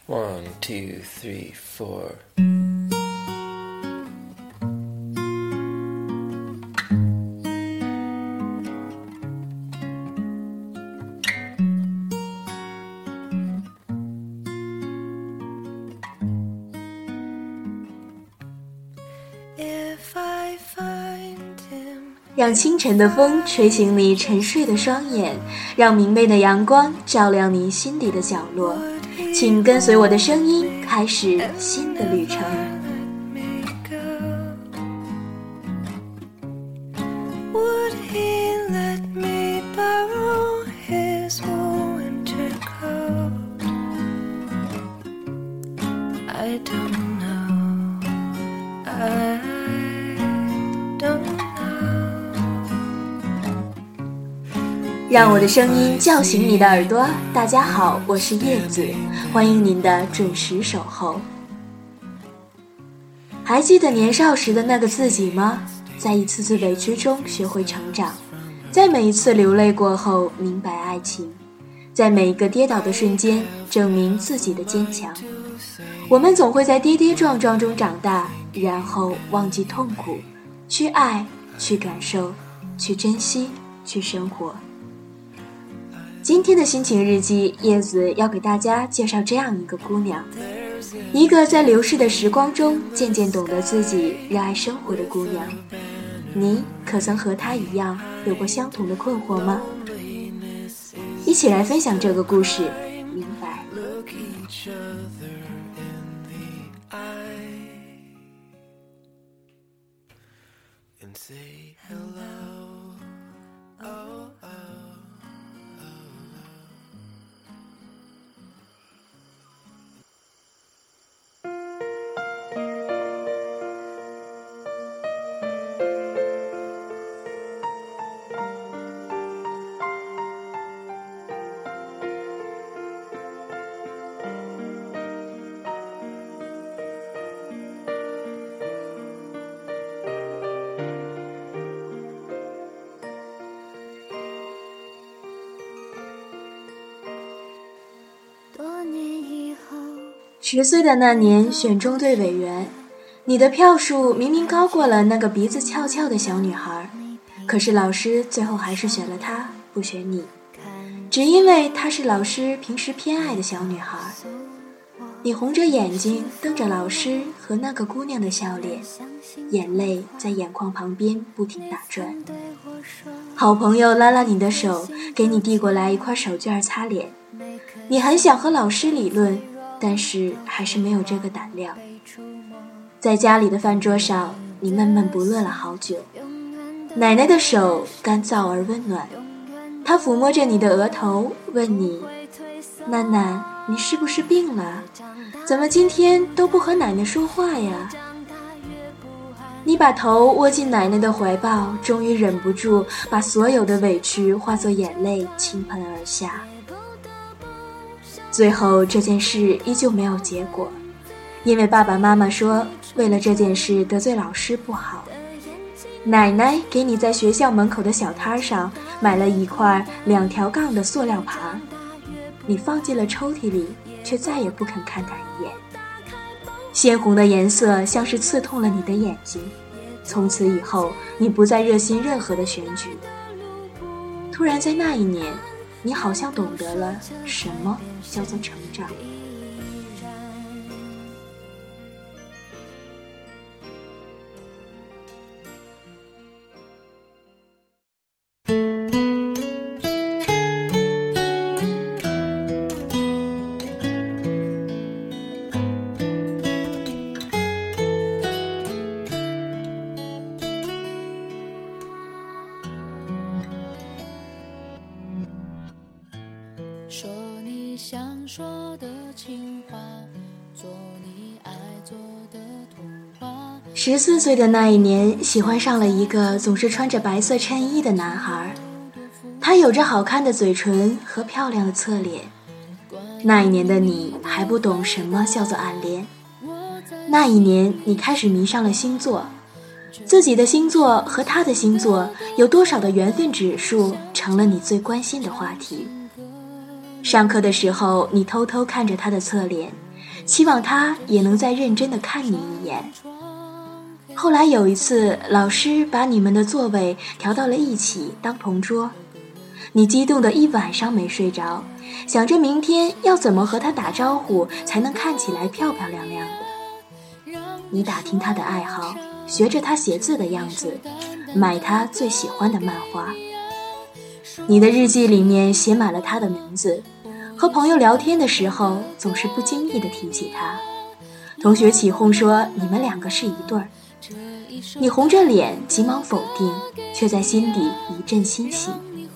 1, 2, 3, 4. If I find him 让清晨的风吹醒你沉睡的双眼，让明媚的阳光照亮你心底的角落。请跟随我的声音，开始新的旅程。 Would he let me borrow his winter coat? I don't know. I don't know. 让我的声音叫醒你的耳朵。大家好，我是叶子，欢迎您的准时守候。还记得年少时的那个自己吗？在一次次委屈中学会成长，在每一次流泪过后明白爱情，在每一个跌倒的瞬间证明自己的坚强。我们总会在跌跌撞撞中长大，然后忘记痛苦，去爱，去感受，去珍惜，去生活。今天的心情日记，叶子要给大家介绍这样一个姑娘，一个在流逝的时光中渐渐懂得自己热爱生活的姑娘。你可曾和她一样有过相同的困惑吗？一起来分享这个故事，明白。10岁的那年选中队委员，你的票数明明高过了那个鼻子翘翘的小女孩，可是老师最后还是选了她，不选你，只因为她是老师平时偏爱的小女孩。你红着眼睛瞪着老师和那个姑娘的笑脸，眼泪在眼眶旁边不停打转。好朋友拉拉你的手，给你递过来一块手绢擦脸。你很想和老师理论，但是还是没有这个胆量。在家里的饭桌上，你闷闷不乐了好久。奶奶的手干燥而温暖，她抚摸着你的额头，问你：娜娜，你是不是病了？怎么今天都不和奶奶说话呀？你把头窝进奶奶的怀抱，终于忍不住把所有的委屈化作眼泪倾盆而下。最后这件事依旧没有结果，因为爸爸妈妈说为了这件事得罪老师不好。奶奶给你在学校门口的小摊上买了一块2条杠的塑料盘，你放进了抽屉里，却再也不肯看它一眼。鲜红的颜色像是刺痛了你的眼睛，从此以后你不再热心任何的选举。突然在那一年，你好像懂得了什么叫做成长。 说你想说的情话，做你爱做的童话。 14岁的那一年，喜欢上了一个总是穿着白色衬衣的男孩，他有着好看的嘴唇和漂亮的侧脸。那一年的你还不懂什么叫做暗恋，那一年你开始迷上了星座，自己的星座和他的星座有多少的缘分指数成了你最关心的话题。上课的时候，你偷偷看着他的侧脸， 期望他也能再认真地看你一眼。后来有一次，老师把你们的座位调到了一起当同桌，你激动得一晚上没睡着，想着明天要怎么和他打招呼才能看起来漂漂亮亮的。你打听他的爱好，学着他写字的样子，买他最喜欢的漫画。你的日记里面写满了他的名字，和朋友聊天的时候总是不经意地提起他。同学起哄说你们两个是一对儿，你红着脸急忙否定，却在心底一阵欣喜。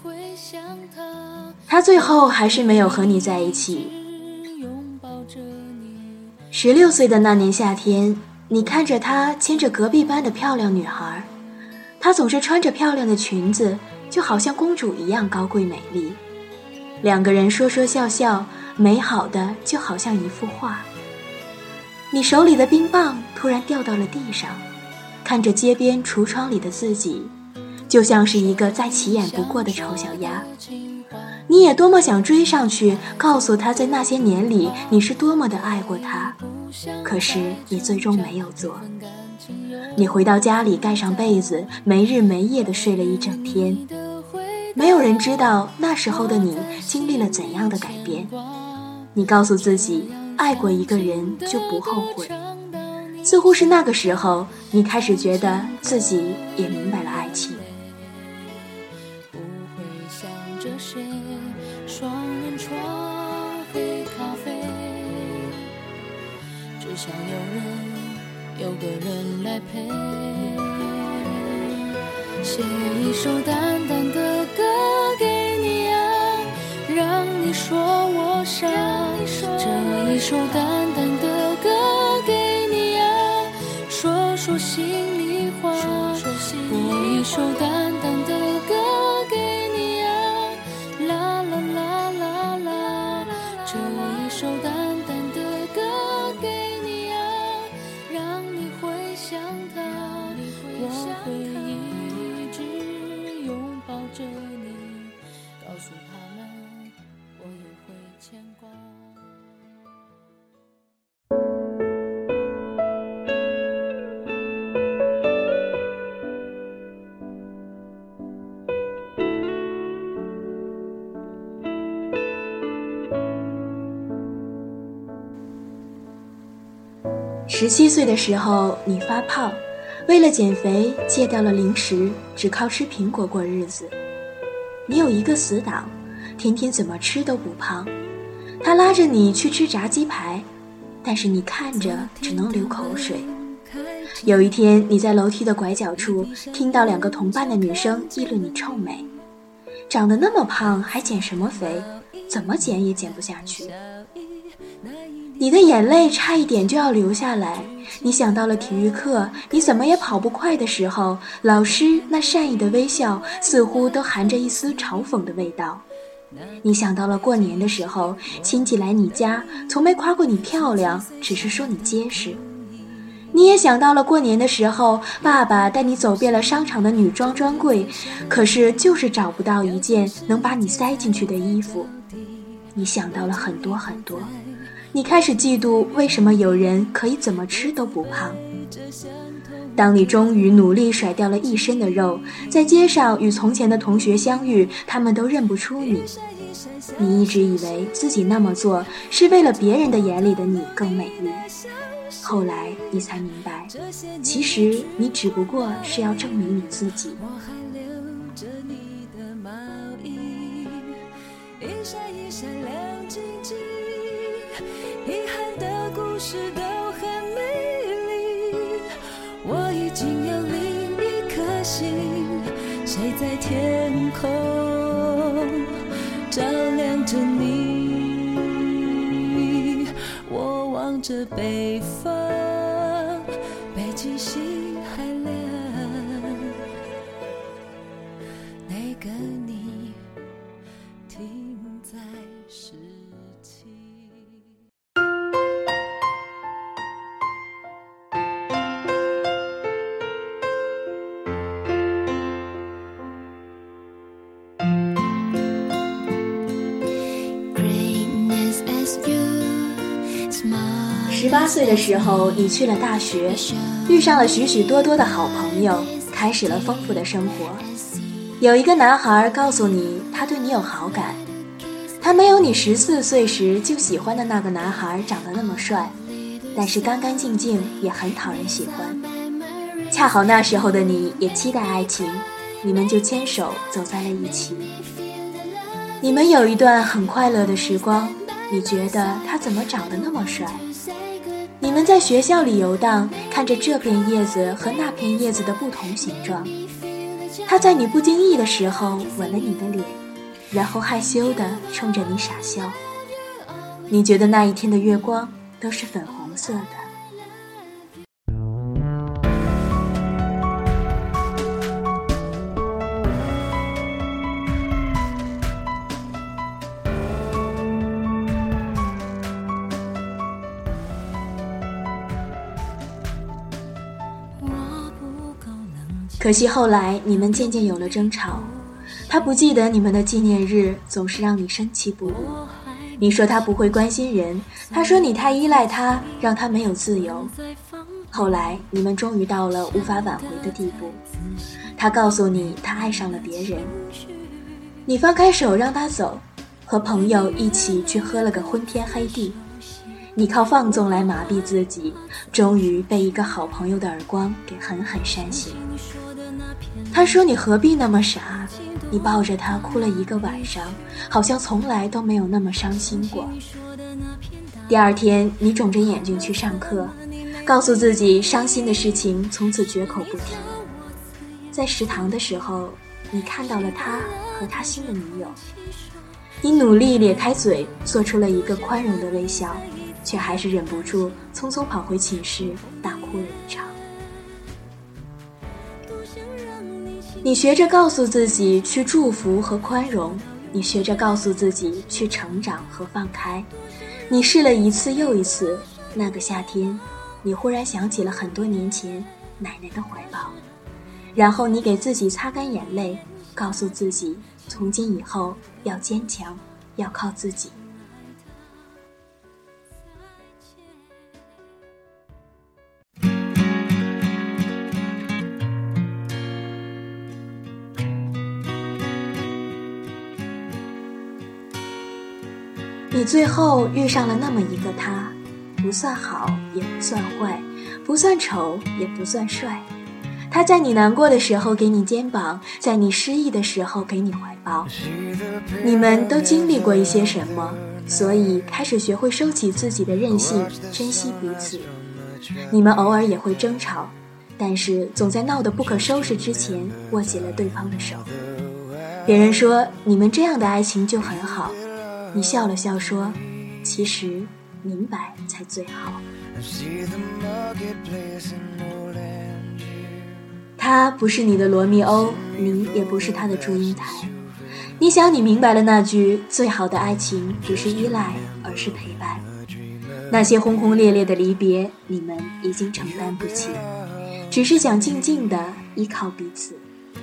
他最后还是没有和你在一起。16岁的那年夏天，你看着他牵着隔壁班的漂亮女孩，她总是穿着漂亮的裙子，就好像公主一样高贵美丽。两个人说说笑笑，美好的就好像一幅画。你手里的冰棒突然掉到了地上，看着街边橱窗里的自己，就像是一个再起眼不过的丑小鸭。你也多么想追上去，告诉他在那些年里你是多么的爱过他，可是你最终没有做。你回到家里盖上被子，没日没夜地睡了一整天。没有人知道那时候的你经历了怎样的改变。你告诉自己，爱过一个人就不后悔。似乎是那个时候，你开始觉得自己也明白了爱情。 不会想着谁，双人床黑咖啡，只想有个人来陪，写一首淡淡的歌给你啊，让你说我傻，这一首淡淡的歌给你啊，说说心里话，播一首淡淡的歌给你啊，啦啦啦啦啦，这一首淡淡的歌给你啊，让你会想他，我会一直拥抱着你，告诉他们我也会牵挂。 17岁的时候，你发胖，为了减肥戒掉了零食，只靠吃苹果过日子。你有一个死党，天天怎么吃都不胖，他拉着你去吃炸鸡排，但是你看着只能流口水。有一天，你在楼梯的拐角处听到2个同伴的女生议论你臭美，长得那么胖还减什么肥，怎么减也减不下去。你的眼泪差一点就要流下来，你想到了体育课，你怎么也跑不快的时候，老师那善意的微笑似乎都含着一丝嘲讽的味道。你想到了过年的时候，亲戚来你家，从没夸过你漂亮，只是说你结实。你也想到了过年的时候，爸爸带你走遍了商场的女装专柜，可是就是找不到一件能把你塞进去的衣服。你想到了很多很多，你开始嫉妒为什么有人可以怎么吃都不胖。当你终于努力甩掉了一身的肉，在街上与从前的同学相遇，他们都认不出你。你一直以为自己那么做是为了别人的眼里的你更美丽，后来你才明白，其实你只不过是要证明你自己。 我还留着你的毛衣，一闪一闪亮晶晶，遗憾的故事都很美丽。我已经有另一颗心，谁在天空照亮着你？我望着北方，北极星还亮，那个你停在17。 Greatness as you smile 18岁的时候，你去了大学，遇上了许许多多的好朋友，开始了丰富的生活。有一个男孩告诉你，他对你有好感，他没有你14岁时就喜欢的那个男孩长得那么帅，但是干干净净，也很讨人喜欢。恰好那时候的你也期待爱情，你们就牵手走在了一起。你们有一段很快乐的时光，你觉得他怎么长得那么帅？你们在学校里游荡，看着这片叶子和那片叶子的不同形状。他在你不经意的时候吻了你的脸，然后害羞地冲着你傻笑。你觉得那一天的月光都是粉红色的。可惜后来你们渐渐有了争吵，他不记得你们的纪念日，总是让你生气不已。你说他不会关心人，他说你太依赖他，让他没有自由。后来你们终于到了无法挽回的地步，他告诉你他爱上了别人，你放开手让他走，和朋友一起去喝了个昏天黑地。你靠放纵来麻痹自己，终于被一个好朋友的耳光给狠狠扇醒。他说你何必那么傻，你抱着他哭了一个晚上，好像从来都没有那么伤心过。第二天你肿着眼睛去上课，告诉自己伤心的事情从此绝口不提。在食堂的时候，你看到了他和他新的女友，你努力咧开嘴，做出了一个宽容的微笑，却还是忍不住匆匆跑回寝室大哭了一场。你学着告诉自己去祝福和宽容，你学着告诉自己去成长和放开。你试了一次又一次，那个夏天你忽然想起了很多年前奶奶的怀抱，然后你给自己擦干眼泪，告诉自己从今以后要坚强，要靠自己。你最后遇上了那么一个他，不算好也不算坏，不算丑也不算帅。他在你难过的时候给你肩膀，在你失意的时候给你怀抱。你们都经历过一些什么，所以开始学会收起自己的任性，珍惜彼此。你们偶尔也会争吵，但是总在闹得不可收拾之前握紧了对方的手。别人说你们这样的爱情就很好，你笑了笑说，其实明白才最好。他不是你的罗密欧，你也不是他的祝英台。你想你明白了那句最好的爱情不是依赖，而是陪伴。那些轰轰烈烈的离别，你们已经承担不起，只是想静静地依靠彼此。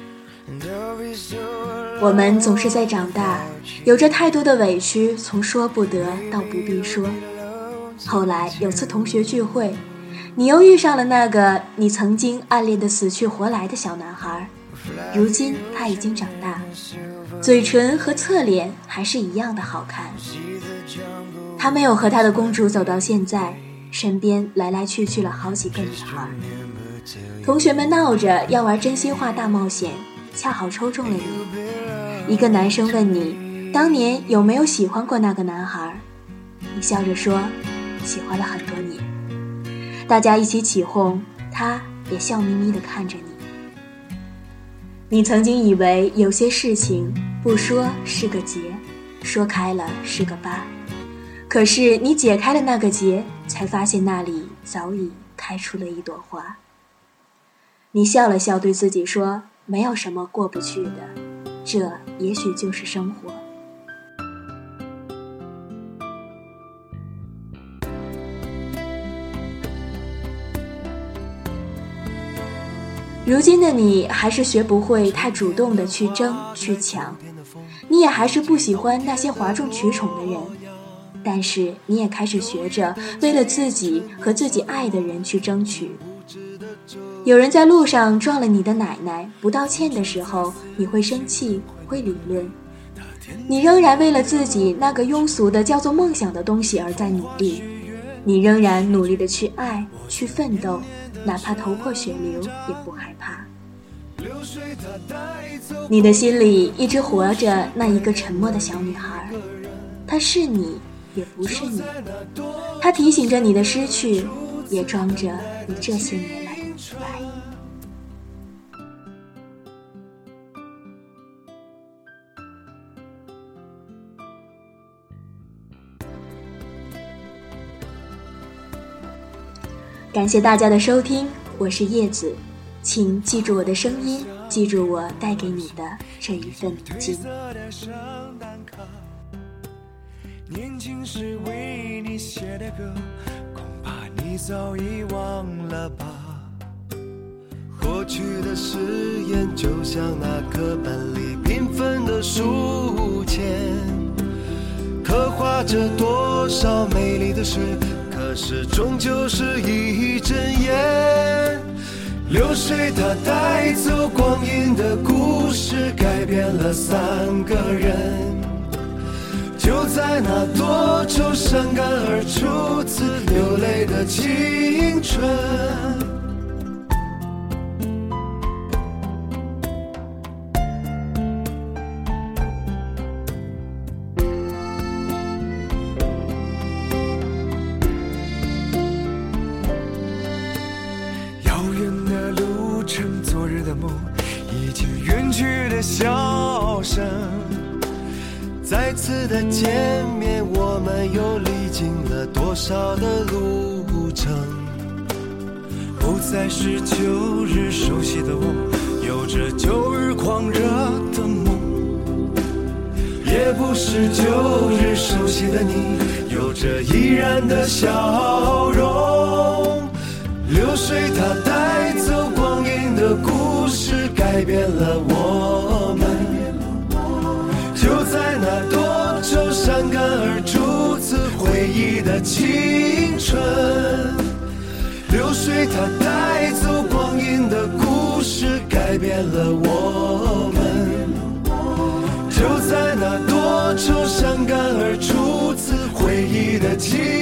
我们总是在长大，有着太多的委屈，从说不得到不必说。后来有次同学聚会，你又遇上了那个你曾经暗恋的死去活来的小男孩，如今他已经长大，嘴唇和侧脸还是一样的好看。他没有和他的公主走到现在，身边来来去去了好几个女孩。同学们闹着要玩真心话大冒险，恰好抽中了你。一个男生问你当年有没有喜欢过那个男孩，你笑着说喜欢了很多年。大家一起起哄，他也笑眯眯地看着你。你曾经以为有些事情不说是个结，说开了是个疤，可是你解开了那个结，才发现那里早已开出了一朵花。你笑了笑，对自己说没有什么过不去的，这也许就是生活。如今的你还是学不会太主动的去争去抢，你也还是不喜欢那些哗众取宠的人， 但是你也开始学着为了自己和自己爱的人去争取。有人在路上撞了你的奶奶，不道歉的时候，你会生气，会理论。你仍然为了自己那个庸俗的叫做梦想的东西而在努力，你仍然努力的去爱，去奋斗，哪怕头破血流也不害怕。你的心里一直活着那一个沉默的小女孩，她是你也不是你，她提醒着你的失去，也装着你这些年来的明白。感谢大家的收听，我是叶子，请记住我的声音，记住我带给你的这一份宁静。 年轻时为你写的歌，恐怕你早已忘了吧。过去的誓言就像那课本里缤纷的书签，刻画着多少美丽的事，可是终究是一阵烟。流水它带走光阴的故事，改变了3个人。就在那多愁善感而初次流泪的青春，遥远的路程，昨日的梦，已经远去的笑声。再次的见面，我们又历经了多少的路程？不再是旧日熟悉的我，有着旧日狂热的梦，也不是旧日熟悉的你，有着依然的笑容。流水它带走光阴的故事，改变了我们。就在那多愁善感而初次回忆的青春，流水它带走光阴的故事，改变了我们。就在那多愁善感而初次回忆的青